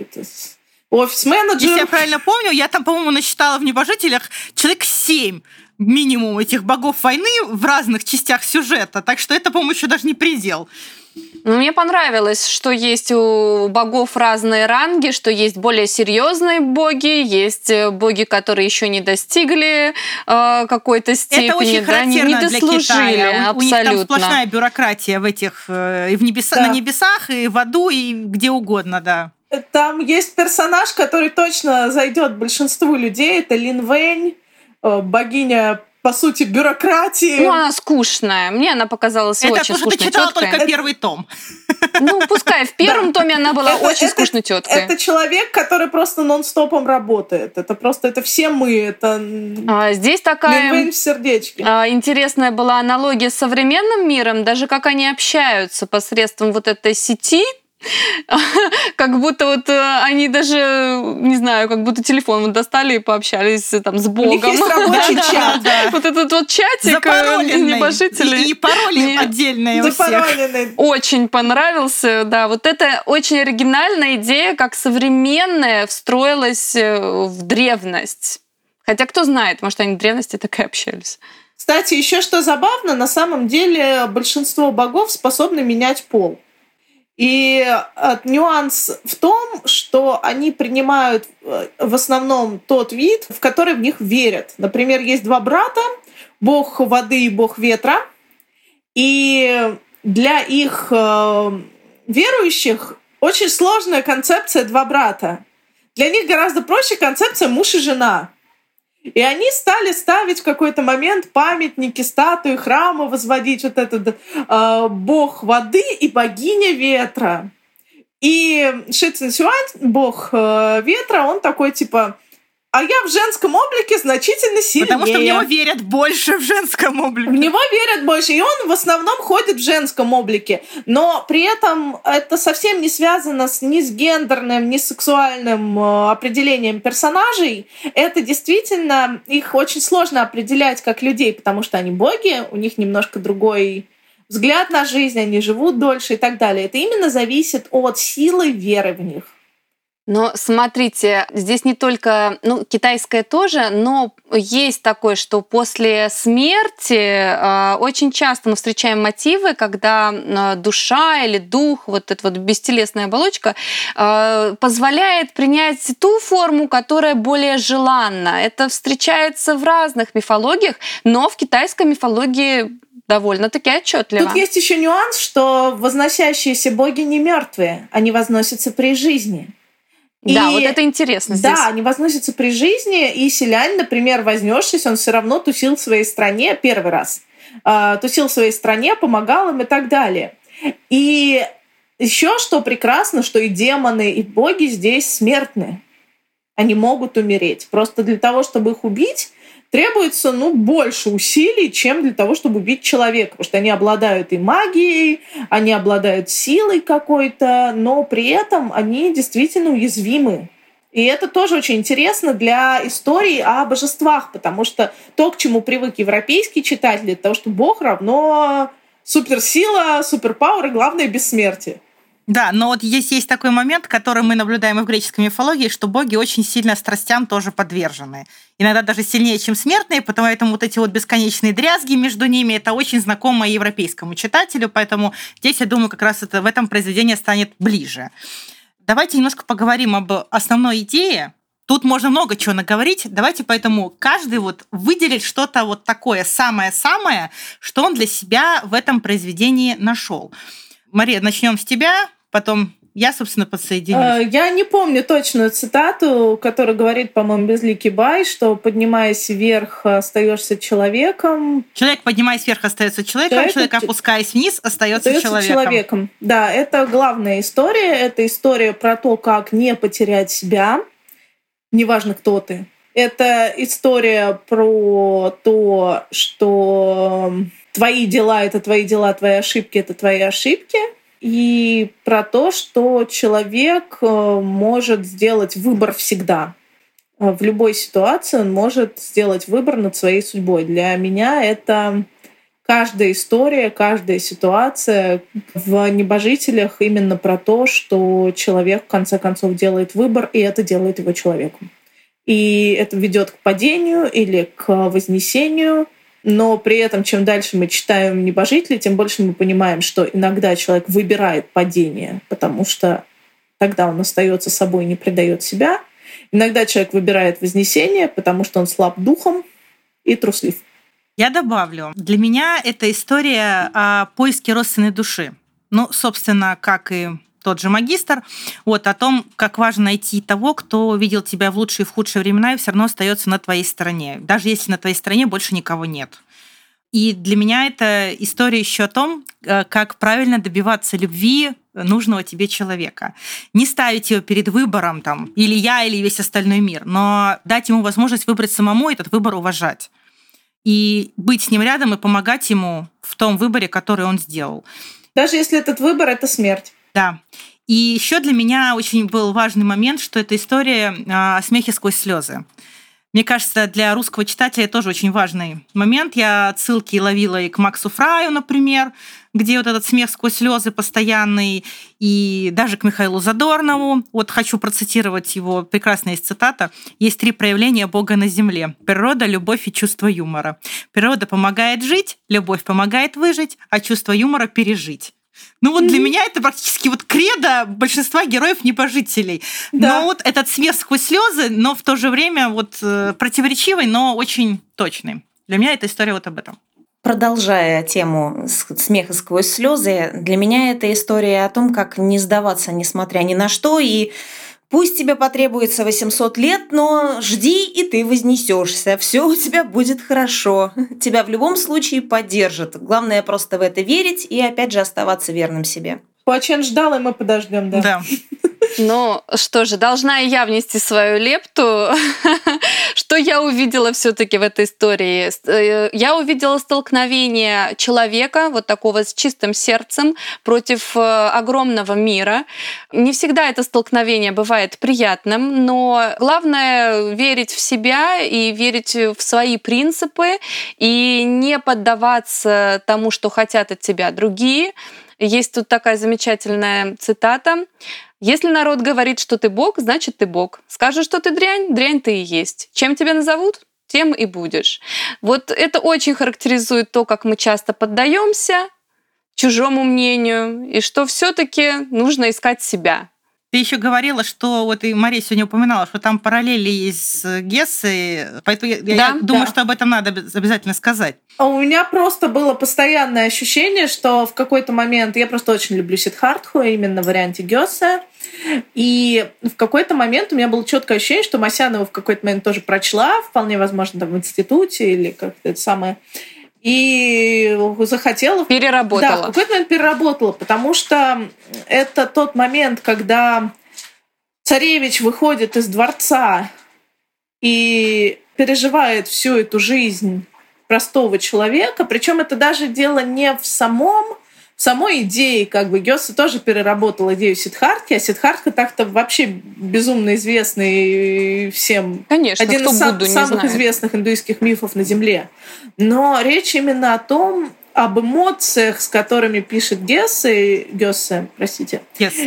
офис-менеджер. Если я правильно помню, я там, по-моему, насчитала в небожителях человек 7 минимум этих богов войны в разных частях сюжета, так что это, по-моему, еще даже не предел. Ну, мне понравилось, что есть у богов разные ранги, что есть более серьезные боги, есть боги, которые еще не достигли какой-то степени, это очень характерно не дослужили для Китая. абсолютно. У них там сплошная бюрократия в этих и на небесах, и в аду, и где угодно, да. Там есть персонаж, который точно зайдет большинству людей. Это Лин Вэнь, богиня, по сути, бюрократии. Ну, она скучная. Мне она показалась очень скучной тёткой. Это ты читала только первый том. Ну, пускай в первом томе она была очень скучной тёткой. Это человек, который просто нон-стопом работает. Это все мы. Это здесь такая Лин Вэнь в сердечке. Интересная была аналогия с современным миром, даже как они общаются посредством вот этой сети. Как будто вот они даже, не знаю, как будто телефон вот достали и пообщались там с Богом. У них есть рабочий чат. Вот этот вот чатик небожителей. И пароли отдельные у всех. Очень понравился, да. Вот это очень оригинальная идея, как современная встроилась в древность. Хотя кто знает, может, они в древности так и общались. Кстати, еще что забавно, на самом деле большинство богов способны менять пол. И нюанс в том, что они принимают в основном тот вид, в который в них верят. Например, есть два брата, бог воды и бог ветра. И для их верующих очень сложная концепция два брата. Для них гораздо проще концепция муж и жена. И они стали ставить в какой-то момент памятники, статуи, храмы возводить, вот этот бог воды и богиня ветра. И Ши Цинсюань, бог ветра, он такой типа: а я в женском облике значительно сильнее. Потому что в него верят больше в женском облике. В него верят больше, и он в основном ходит в женском облике. Но при этом это совсем не связано ни с гендерным, ни с сексуальным определением персонажей. Это действительно, их очень сложно определять как людей, потому что они боги, у них немножко другой взгляд на жизнь, они живут дольше и так далее. Это именно зависит от силы веры в них. Но смотрите, здесь не только, китайское тоже, но есть такое, что после смерти очень часто мы встречаем мотивы, когда душа или дух, вот эта вот бестелесная оболочка, позволяет принять ту форму, которая более желанна. Это встречается в разных мифологиях, но в китайской мифологии довольно-таки отчетливо. Тут есть еще нюанс, что возносящиеся боги не мертвые, они возносятся при жизни. Да, вот это интересно здесь. Да, они возносятся при жизни, и селянин, например, вознесшись, он все равно тусил в своей стране первый раз. Тусил в своей стране, помогал им и так далее. И еще что прекрасно, что и демоны, и боги здесь смертны. Они могут умереть. Просто для того, чтобы их убить, требуется больше усилий, чем для того, чтобы убить человека. Потому что они обладают и магией, они обладают силой какой-то, но при этом они действительно уязвимы. И это тоже очень интересно для истории о божествах, потому что то, к чему привык европейский читатель, это то, что Бог равно суперсила, суперпауэр и, главное, бессмертие. Да, но вот есть такой момент, который мы наблюдаем и в греческой мифологии, что боги очень сильно страстям тоже подвержены. Иногда даже сильнее, чем смертные, поэтому вот эти вот бесконечные дрязги между ними, это очень знакомо европейскому читателю, поэтому здесь, я думаю, как раз это в этом произведении станет ближе. Давайте немножко поговорим об основной идее. Тут можно много чего наговорить. Давайте поэтому каждый вот выделит что-то вот такое самое-самое, что он для себя в этом произведении нашел. Мария, начнем с тебя, потом я, собственно, подсоединюсь. Я не помню точную цитату, которая говорит, по-моему, Безликий Бай, что, поднимаясь вверх, остаешься человеком. Человек, поднимаясь вверх, остается человеком, человек, опускаясь вниз, остается человеком. Да, это главная история. Это история про то, как не потерять себя, неважно, кто ты. Это история про то, что твои дела — это твои дела, твои ошибки — это твои ошибки. И про то, что человек может сделать выбор всегда. В любой ситуации он может сделать выбор над своей судьбой. Для меня это каждая история, каждая ситуация в «Небожителях» именно про то, что человек в конце концов делает выбор, и это делает его человеком. И это ведет к падению или к вознесению. Но при этом, чем дальше мы читаем «Небожители», тем больше мы понимаем, что иногда человек выбирает падение, потому что тогда он остается собой и не предает себя. Иногда человек выбирает вознесение, потому что он слаб духом и труслив. Я добавлю, для меня это история о поиске родственной души. Ну, собственно, как и тот же магистр, вот, о том, как важно найти того, кто видел тебя в лучшие и в худшие времена и все равно остается на твоей стороне, даже если на твоей стороне больше никого нет. И для меня это история еще о том, как правильно добиваться любви нужного тебе человека. Не ставить его перед выбором, там, или я, или весь остальной мир, но дать ему возможность выбрать самому, и этот выбор уважать. И быть с ним рядом и помогать ему в том выборе, который он сделал. Даже если этот выбор — это смерть. Да. И еще для меня очень был важный момент, что это история о смехе сквозь слезы. Мне кажется, для русского читателя тоже очень важный момент. Я отсылки ловила и к Максу Фраю, например, где вот этот смех сквозь слезы постоянный, и даже к Михаилу Задорнову. Вот хочу процитировать его, прекрасная есть цитата. «Есть 3 проявления Бога на земле. Природа, любовь и чувство юмора. Природа помогает жить, любовь помогает выжить, а чувство юмора — пережить». Ну вот для меня это практически вот кредо большинства героев-небожителей. Да. Но вот этот смех сквозь слезы, но в то же время вот противоречивый, но очень точный. Для меня эта история вот об этом. Продолжая тему смеха сквозь слезы, для меня это история о том, как не сдаваться, несмотря ни на что, и пусть тебе потребуется 800 лет, но жди, и ты вознесешься. Все у тебя будет хорошо. Тебя в любом случае поддержат. Главное просто в это верить и, опять же, оставаться верным себе. Хуачен ждал, и мы подождем, да. Да. Ну что же, должна и я внести свою лепту. Что я увидела все-таки в этой истории? Я увидела столкновение человека, вот такого с чистым сердцем, против огромного мира. Не всегда это столкновение бывает приятным, но главное верить в себя и верить в свои принципы и не поддаваться тому, что хотят от тебя другие. Есть тут такая замечательная цитата. «Если народ говорит, что ты Бог, значит, ты Бог. Скажешь, что ты дрянь, дрянь ты и есть. Чем тебя назовут, тем и будешь». Вот это очень характеризует то, как мы часто поддаемся чужому мнению, и что все-таки нужно искать себя. Ты еще говорила, что вот и Мария сегодня упоминала, что там параллели есть с Гессой, поэтому я думаю, что об этом надо обязательно сказать. У меня просто было постоянное ощущение, что в какой-то момент... Я просто очень люблю Сиддхартху, именно в варианте Гёсе. И в какой-то момент у меня было четкое ощущение, что Масянова в какой-то момент тоже прочла, вполне возможно, там в институте или как-то это самое... И захотела... Переработала. Да, в какой-то момент переработала, потому что это тот момент, когда царевич выходит из дворца и переживает всю эту жизнь простого человека, причем это даже дело не в самой идее, как бы Гёсе тоже переработал идею Сиддхартхи, а Сиддхартха так-то вообще безумно известный всем. Конечно, один кто из Будду не самых знает. известных индуистских мифов на Земле. Но речь именно о том, об эмоциях, с которыми пишет Гессе, простите.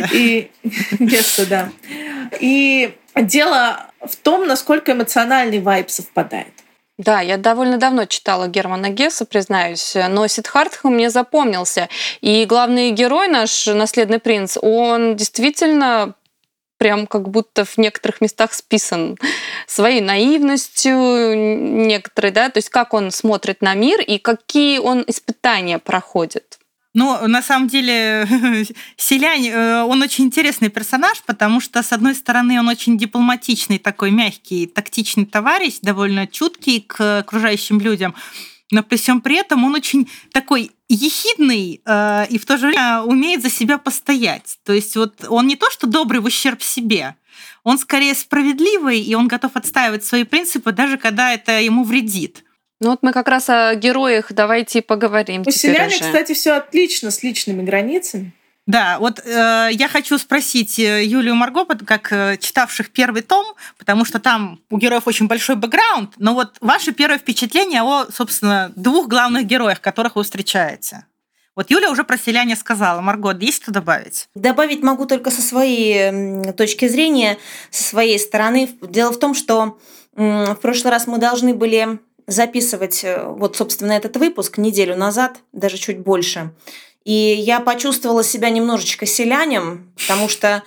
Гессе, да. И дело в том, насколько эмоциональный вайб совпадает. Да, я довольно давно читала Германа Гесса, признаюсь, но Сиддхартха мне запомнился. И главный герой наш, наследный принц, он действительно прям как будто в некоторых местах списан своей наивностью некоторой, да, то есть как он смотрит на мир и какие он испытания проходит. Ну, на самом деле, Селянь, он очень интересный персонаж, потому что, с одной стороны, он очень дипломатичный, такой мягкий, тактичный товарищ, довольно чуткий к окружающим людям, но при всем при этом он очень такой ехидный и в то же время умеет за себя постоять. То есть вот он не то, что добрый в ущерб себе, он скорее справедливый, и он готов отстаивать свои принципы, даже когда это ему вредит. Ну вот мы как раз о героях давайте поговорим. У Селяня, кстати, все отлично с личными границами. Да, вот я хочу спросить Юлию и Марго, как читавших первый том, потому что там у героев очень большой бэкграунд, но вот ваше первое впечатление о, собственно, двух главных героях, которых вы встречаете. Вот Юля уже про Селяня сказала. Марго, есть что добавить? Добавить могу только со своей точки зрения, со своей стороны. Дело в том, что в прошлый раз мы должны были записывать вот, собственно, этот выпуск неделю назад, даже чуть больше. И я почувствовала себя немножечко селянем, потому что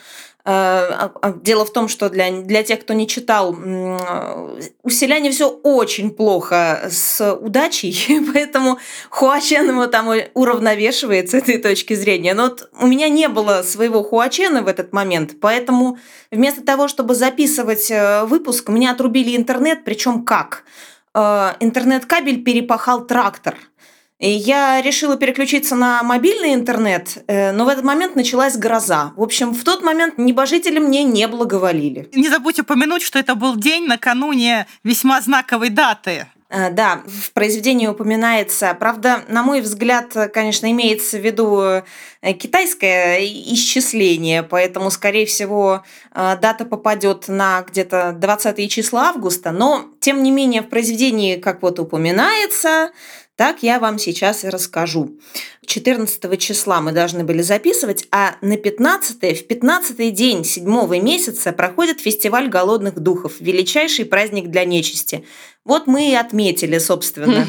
дело в том, что для тех, кто не читал, у Селяня все очень плохо с удачей, поэтому Хуачен его там уравновешивает с этой точки зрения. Но вот у меня не было своего Хуачена в этот момент, поэтому вместо того, чтобы записывать выпуск, меня отрубили интернет, причем как? Интернет-кабель перепахал трактор. И я решила переключиться на мобильный интернет, но в этот момент началась гроза. В общем, в тот момент небожители мне не благоволили. Не забудь упомянуть, что это был день накануне весьма знаковой даты. Да, в произведении упоминается, правда, на мой взгляд, конечно, имеется в виду китайское исчисление, поэтому, скорее всего, дата попадет на где-то 20 числа августа, но, тем не менее, в произведении, как вот упоминается, так я вам сейчас и расскажу. 14 числа мы должны были записывать, а на 15-е, в 15-й день 7-го месяца проходит фестиваль голодных духов, величайший праздник для нечисти. Вот мы и отметили, собственно.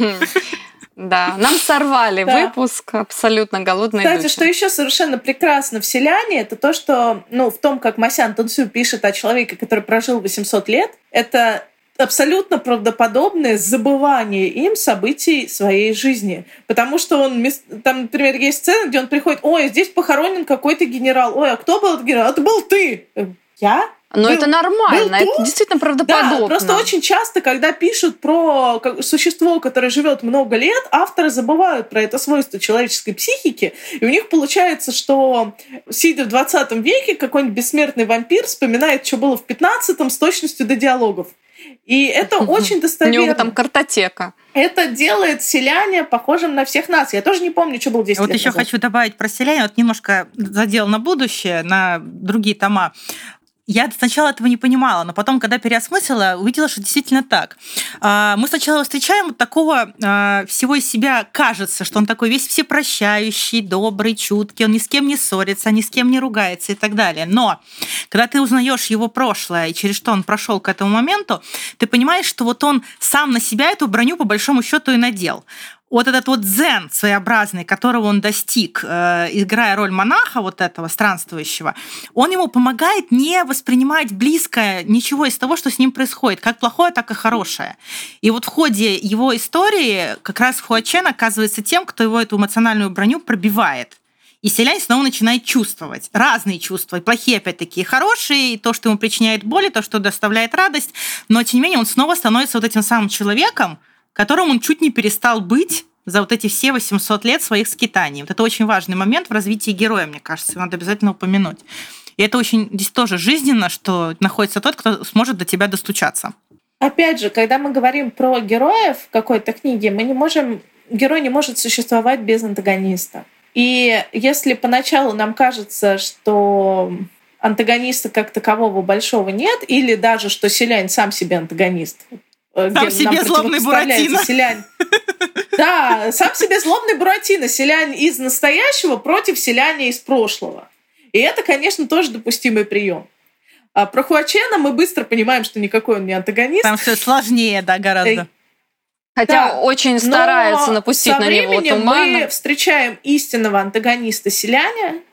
Да, нам сорвали выпуск абсолютно голодные духи. Кстати, что еще совершенно прекрасно в «Селяне», это то, что в том, как Масян Тунцю пишет о человеке, который прожил 800 лет, это абсолютно правдоподобное забывание им событий своей жизни. Потому что там, например, есть сцена, где он приходит: ой, здесь похоронен какой-то генерал. Ой, а кто был этот генерал? Это был ты. Я? Но это нормально, это действительно правдоподобно. Да, просто очень часто, когда пишут про существо, которое живет много лет, авторы забывают про это свойство человеческой психики, и у них получается, что, сидя в 20 веке, какой-нибудь бессмертный вампир вспоминает, что было в 15-м с точностью до диалогов. И это очень достоверно. У него там картотека. Это делает «Селяня» похожим на всех нас. Я тоже не помню, что было 10 лет назад. Вот еще хочу добавить про «Селяня», вот немножко задел на будущее, на другие тома. Я сначала этого не понимала, но потом, когда переосмыслила, увидела, что действительно так. Мы сначала его встречаем вот такого всего из себя, кажется, что он такой весь всепрощающий, добрый, чуткий, он ни с кем не ссорится, ни с кем не ругается и так далее. Но когда ты узнаешь его прошлое и через что он прошел к этому моменту, ты понимаешь, что вот он сам на себя эту броню по большому счету и надел. Вот этот вот дзен своеобразный, которого он достиг, играя роль монаха вот этого странствующего, он ему помогает не воспринимать близко ничего из того, что с ним происходит, как плохое, так и хорошее. И вот в ходе его истории как раз Хуачен оказывается тем, кто его эту эмоциональную броню пробивает. И Селянь снова начинает чувствовать разные чувства, и плохие, опять-таки, и хорошие, и то, что ему причиняет боль, и то, что доставляет радость, но, тем не менее, он снова становится вот этим самым человеком, которым он чуть не перестал быть за вот эти все 800 лет своих скитаний. Вот это очень важный момент в развитии героя, мне кажется, надо обязательно упомянуть. И это очень здесь тоже жизненно, что находится тот, кто сможет до тебя достучаться. Опять же, когда мы говорим про героев в какой-то книге, герой не может существовать без антагониста. И если поначалу нам кажется, что антагониста как такового большого нет, или даже что Селянь сам себе антагонист, сам себе злобный Буратино. Селянь. Да, сам себе злобный Буратино, селянин из настоящего против селяня из прошлого. И это, конечно, тоже допустимый прием. А про Хуачена мы быстро понимаем, что никакой он не антагонист. Там все сложнее, да, гораздо. Хотя очень стараются напустить на него тумана. Со временем мы встречаем истинного антагониста селяня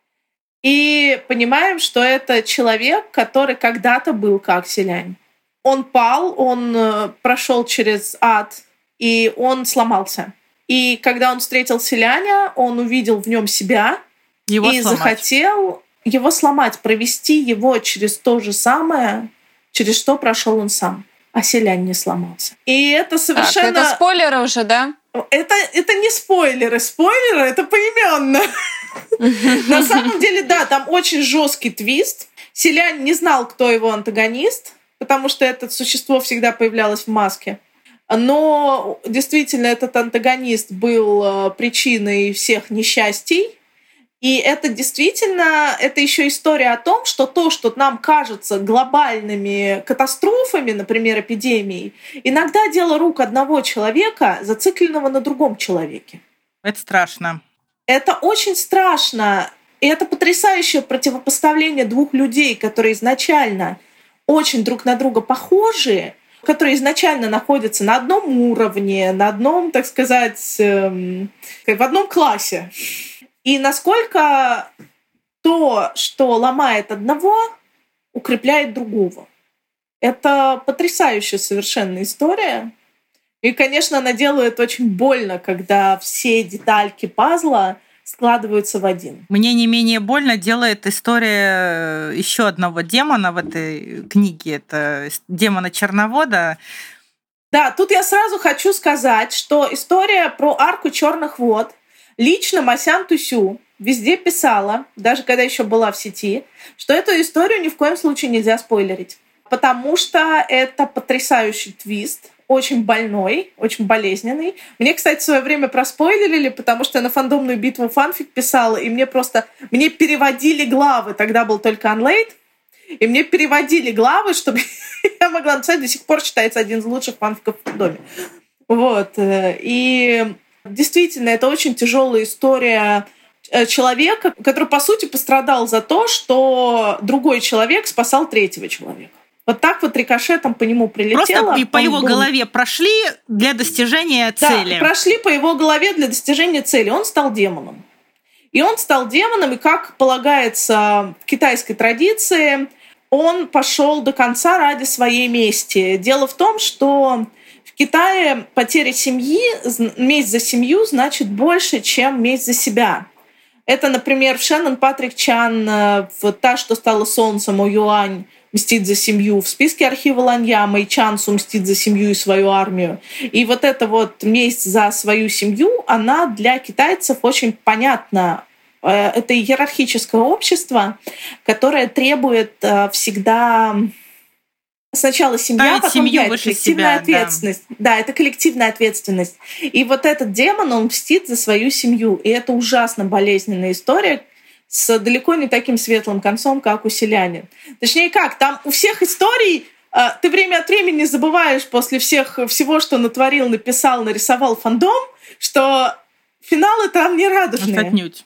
и понимаем, что это человек, который когда-то был как селянь. Он пал, он прошел через ад, и он сломался. И когда он встретил селяня, он увидел в нем себя захотел его сломать, провести его через то же самое, через что прошел он сам. А селянь не сломался. И это совершенно... Так, это спойлеры уже, да? Это не спойлеры. Спойлеры — это поименно. На самом деле, да, там очень жесткий твист. Селянь не знал, кто его антагонист, потому что это существо всегда появлялось в маске. Но действительно этот антагонист был причиной всех несчастий. И это действительно, это еще история о том, что то, что нам кажется глобальными катастрофами, например, эпидемией, иногда дело рук одного человека, зацикленного на другом человеке. Это страшно. Это очень страшно. И это потрясающее противопоставление двух людей, которые изначально очень друг на друга похожи, которые изначально находятся на одном уровне, на одном, так сказать, в одном классе. И насколько то, что ломает одного, укрепляет другого. Это потрясающая совершенно история. И, конечно, она делает очень больно, когда все детальки пазла складываются в один. Мне не менее больно делает история еще одного демона в этой книге. Это демона Черновода. Да, тут я сразу хочу сказать, что история про арку Черных вод лично Масян Тусю везде писала, даже когда еще была в сети, что эту историю ни в коем случае нельзя спойлерить. Потому что это потрясающий твист, очень больной, очень болезненный. Мне, кстати, в свое время проспойлерили, потому что я на фандомную битву фанфик писала, и мне переводили главы. Тогда был только Unlate, и мне переводили главы, чтобы я могла написать. До сих пор считается один из лучших фанфиков в фандоме. Вот. И действительно, это очень тяжелая история человека, который, по сути, пострадал за то, что другой человек спасал третьего человека. Вот так вот рикошетом по нему прилетело. Просто по его голове прошли для достижения цели. Да, прошли по его голове для достижения цели. Он стал демоном. И он стал демоном, и, как полагается в китайской традиции, он пошел до конца ради своей мести. Дело в том, что в Китае потеря семьи, месть за семью значит больше, чем месть за себя. Это, например, в Шеннон Патрик Чан, в «Та, что стала солнцем», О Юань мстит за семью. В списке архива Ланья Мэй Чансу мстит за семью и свою армию. И вот эта вот месть за свою семью, она для китайцев очень понятна. Это иерархическое общество, которое требует всегда... Сначала семья, ставить потом семью я. выше Коллективная себя, ответственность. Да, это коллективная ответственность. И вот этот демон, он мстит за свою семью. И это ужасно болезненная история с далеко не таким светлым концом, как у селянина. Точнее как, там у всех историй ты время от времени забываешь после всего, что натворил, написал, нарисовал фандом, что финалы там не радужные. Отнюдь.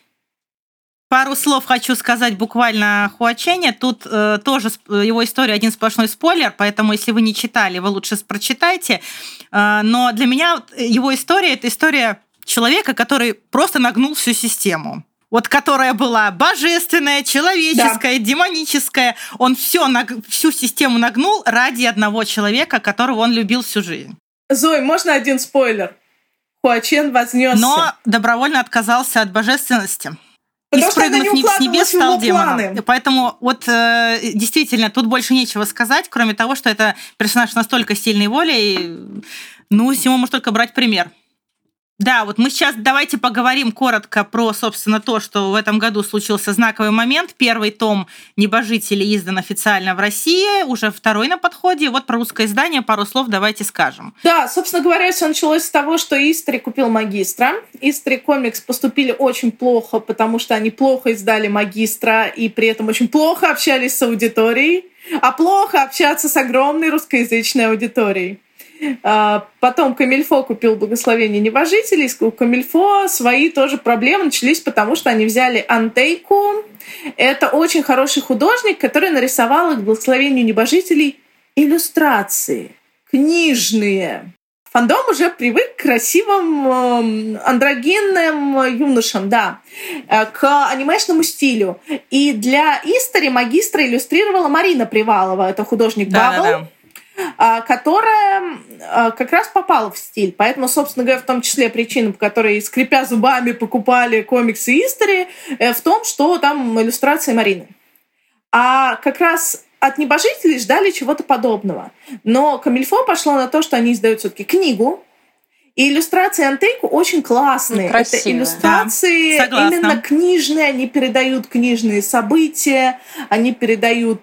Пару слов хочу сказать буквально о Хуачене. Тут тоже его история один сплошной спойлер, поэтому если вы не читали, вы лучше прочитайте. Но для меня его история – это история человека, который просто нагнул всю систему. Вот которая была божественная, человеческая, да, демоническая. Он всю систему нагнул ради одного человека, которого он любил всю жизнь. Зой, можно один спойлер? Хуачен вознесся. Но добровольно отказался от божественности. Потому и, спрыгнув с небес, стал демоном. Планы. Поэтому вот действительно тут больше нечего сказать, кроме того, что это персонаж настолько сильной волей, с него можно только брать пример. Да, вот мы сейчас давайте поговорим коротко про, собственно, то, что в этом году случился знаковый момент. Первый том «Небожители» издан официально в России, уже второй на подходе. Вот про русское издание пару слов давайте скажем. Да, собственно говоря, все началось с того, что Истри купил «Магистра». Истри Комикс поступили очень плохо, потому что они плохо издали «Магистра» и при этом очень плохо общались с аудиторией, а плохо общаться с огромной русскоязычной аудиторией. Потом Комильфо купил «Благословение небожителей». У Комильфо свои тоже проблемы начались, потому что они взяли Антейку. Это очень хороший художник, который нарисовал к «Благословению небожителей» иллюстрации, книжные. Фандом уже привык к красивым андрогинным юношам, да, к анимешному стилю. И для Истори магистра иллюстрировала Марина Привалова, это художник Бабл, которая как раз попала в стиль. Поэтому, собственно говоря, в том числе причина, по которой, скрипя зубами, покупали комиксы Истори, в том, что там иллюстрации Марины. А как раз от небожителей ждали чего-то подобного. Но Комильфо пошло на то, что они издают все-таки книгу, и иллюстрации Антейку очень классные. Красивые. Это иллюстрации именно книжные, они передают книжные события, они передают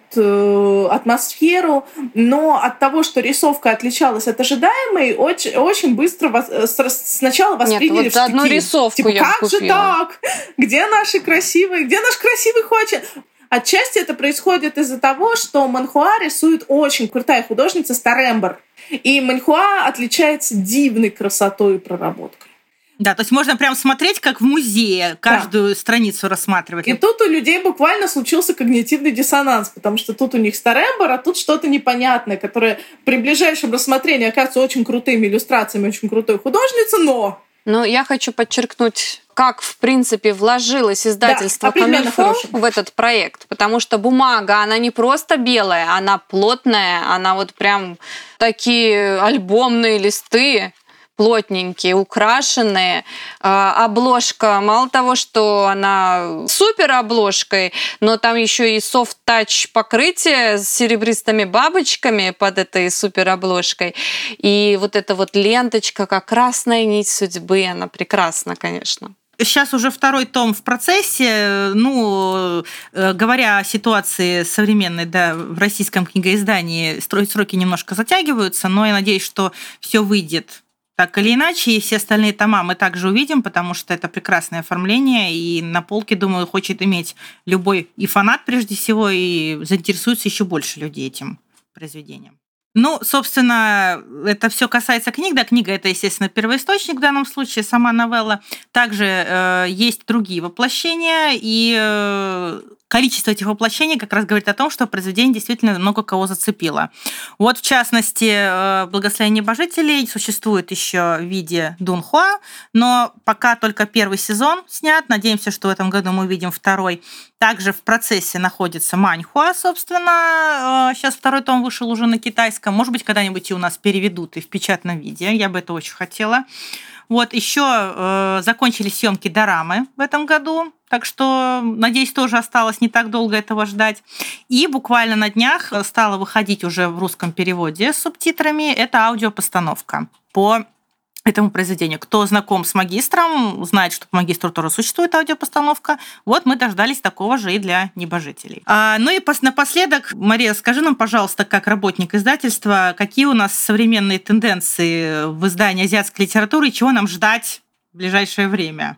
атмосферу, но от того, что рисовка отличалась от ожидаемой, очень, очень быстро сначала восприняли в штыки. Одну рисовку типа, я как купила. же так? Где наши красивые? Где наш красивый Хуачен? Отчасти это происходит из-за того, что манхуа рисует очень крутая художница Старембер. И манхуа отличается дивной красотой и проработкой. Да, то есть можно прям смотреть, как в музее, каждую страницу рассматривать. И тут у людей буквально случился когнитивный диссонанс, потому что тут у них Старембер, а тут что-то непонятное, которое при ближайшем рассмотрении окажется очень крутыми иллюстрациями, очень крутой художницы, но... Ну, я хочу подчеркнуть, как, в принципе, вложилось издательство Комильфо в этот проект, потому что бумага, она не просто белая, она плотная, она вот прям такие альбомные листы, плотненькие, украшенные. Обложка, мало того, что она супер обложкой, но там еще и софт-тач покрытие с серебристыми бабочками под этой супер обложкой. И вот эта вот ленточка, как красная нить судьбы, она прекрасна, конечно. Сейчас уже второй том в процессе. Ну, говоря о ситуации современной, да, в российском книгоиздании, сроки немножко затягиваются, но я надеюсь, что все выйдет так или иначе, и все остальные тома мы также увидим, потому что это прекрасное оформление, и на полке, думаю, хочет иметь любой и фанат, прежде всего, и заинтересуется еще больше людей этим произведением. Ну, собственно, это все касается книг. Да, книга – это, естественно, первоисточник в данном случае, сама новелла. Также есть другие воплощения, и количество этих воплощений как раз говорит о том, что произведение действительно много кого зацепило. Вот, в частности, «Благословение небожителей» существует еще в виде Дунхуа, но пока только первый сезон снят. Надеемся, что в этом году мы увидим второй. Также в процессе находится Маньхуа, собственно. Сейчас второй том вышел уже на китайском. Может быть, когда-нибудь и у нас переведут и в печатном виде. Я бы это очень хотела. Вот, еще закончились съемки дорамы в этом году. Так что, надеюсь, тоже осталось не так долго этого ждать. И буквально на днях стала выходить уже в русском переводе с субтитрами. Это аудиопостановка по этому произведению. Кто знаком с «Магистром», знает, что по «Магистру» тоже существует аудиопостановка. Вот мы дождались такого же и для «Небожителей». Ну и напоследок, Мария, скажи нам, пожалуйста, как работник издательства, какие у нас современные тенденции в издании азиатской литературы и чего нам ждать в ближайшее время?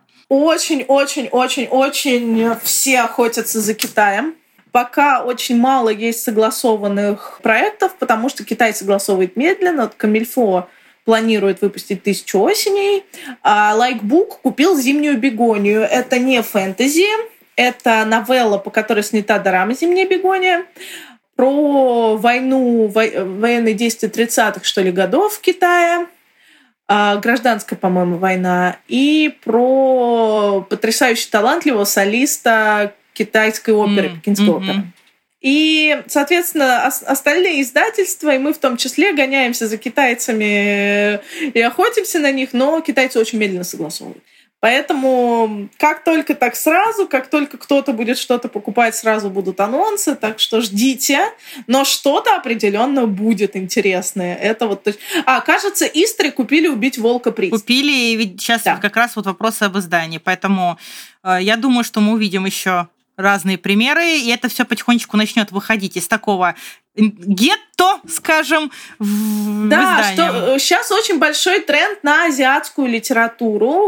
Очень-очень-очень-очень все охотятся за Китаем. Пока очень мало есть согласованных проектов, потому что Китай согласовывает медленно. Комильфо планирует выпустить 1000 осеней. А Лайкбук купил «Зимнюю бегонию». Это не фэнтези, это новелла, по которой снята дорама «Зимняя бегония», про войну, военные действия 30-х, что ли, годов в Китае, гражданская, по-моему, война, и про потрясающе талантливого солиста китайской оперы, пекинской оперы. И, соответственно, остальные издательства, и мы в том числе, гоняемся за китайцами и охотимся на них, но китайцы очень медленно согласовывают. Поэтому как только так сразу, как только кто-то будет что-то покупать, сразу будут анонсы, так что ждите. Но что-то определенно будет интересное. Это вот, кажется, Истри купили «Убить волка приз». Купили, и ведь сейчас как раз вот вопросы об издании. Поэтому я думаю, что мы увидим еще разные примеры, и это все потихонечку начнет выходить из такого гетто, скажем, в издании. Что сейчас очень большой тренд на азиатскую литературу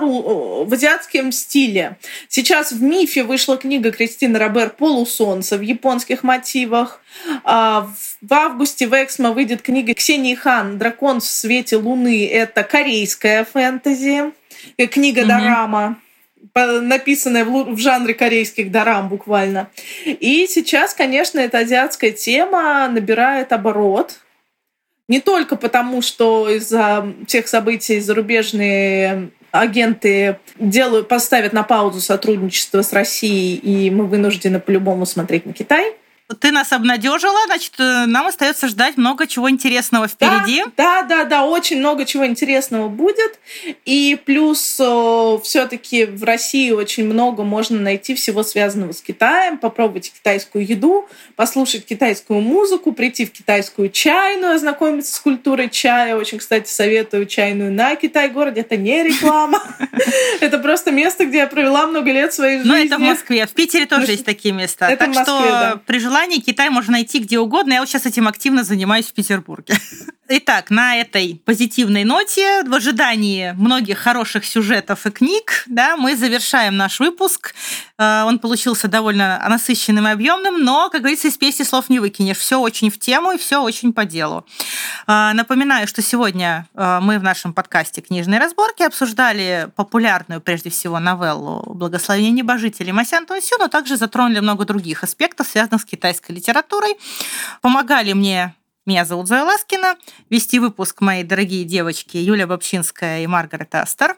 в азиатском стиле. Сейчас в МИФе вышла книга Кристины Робер «Полусолнце» в японских мотивах. В августе в Эксмо выйдет книга Ксении Хан «Дракон в свете луны». Это корейская фэнтези, книга-дорама. Написанная в жанре корейских дорам буквально. И сейчас, конечно, эта азиатская тема набирает оборот. Не только потому, что из-за всех событий зарубежные агенты поставят на паузу сотрудничество с Россией, и мы вынуждены по-любому смотреть на Китай. Ты нас обнадежила, значит, нам остается ждать много чего интересного впереди. Да, очень много чего интересного будет. И плюс все-таки в России очень много можно найти всего связанного с Китаем, попробовать китайскую еду, послушать китайскую музыку, прийти в китайскую чайную, ознакомиться с культурой чая. Очень, кстати, советую чайную на Китай-городе. Это не реклама. Это просто место, где я провела много лет своей жизни. Ну, это в Москве. В Питере тоже есть такие места. Это в Москве, да. При желании Китай можно найти где угодно. Я вот сейчас этим активно занимаюсь в Петербурге. Итак, на этой позитивной ноте, в ожидании многих хороших сюжетов и книг, да, мы завершаем наш выпуск. Он получился довольно насыщенным и объемным, но, как говорится, из песни слов не выкинешь. Все очень в тему и все очень по делу. Напоминаю, что сегодня мы в нашем подкасте «Книжные разборки» обсуждали популярную, прежде всего, новеллу «Благословение небожителей» Масян Тунсю, но также затронули много других аспектов, связанных с китайской литературой. Помогали мне... Меня зовут Зоя Ласкина. Вести выпуск мои дорогие девочки Юлия Бобчинская и Маргарет Астер.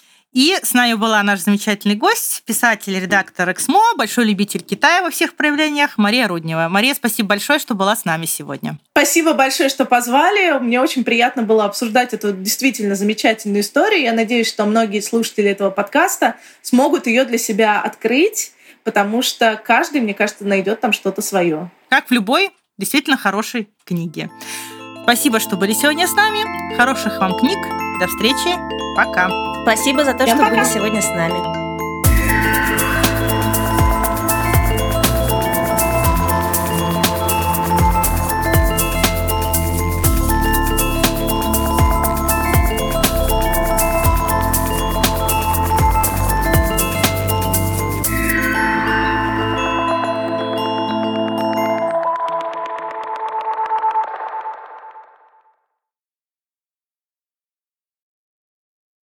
И с нами была наш замечательный гость, писатель, редактор «Эксмо», большой любитель Китая во всех проявлениях, Мария Руднева. Мария, спасибо большое, что была с нами сегодня. Спасибо большое, что позвали. Мне очень приятно было обсуждать эту действительно замечательную историю. Я надеюсь, что многие слушатели этого подкаста смогут ее для себя открыть, потому что каждый, мне кажется, найдет там что-то свое. Как в любой действительно хорошей книге. Спасибо, что были сегодня с нами. Хороших вам книг. До встречи. Пока. Спасибо за то, что были сегодня с нами.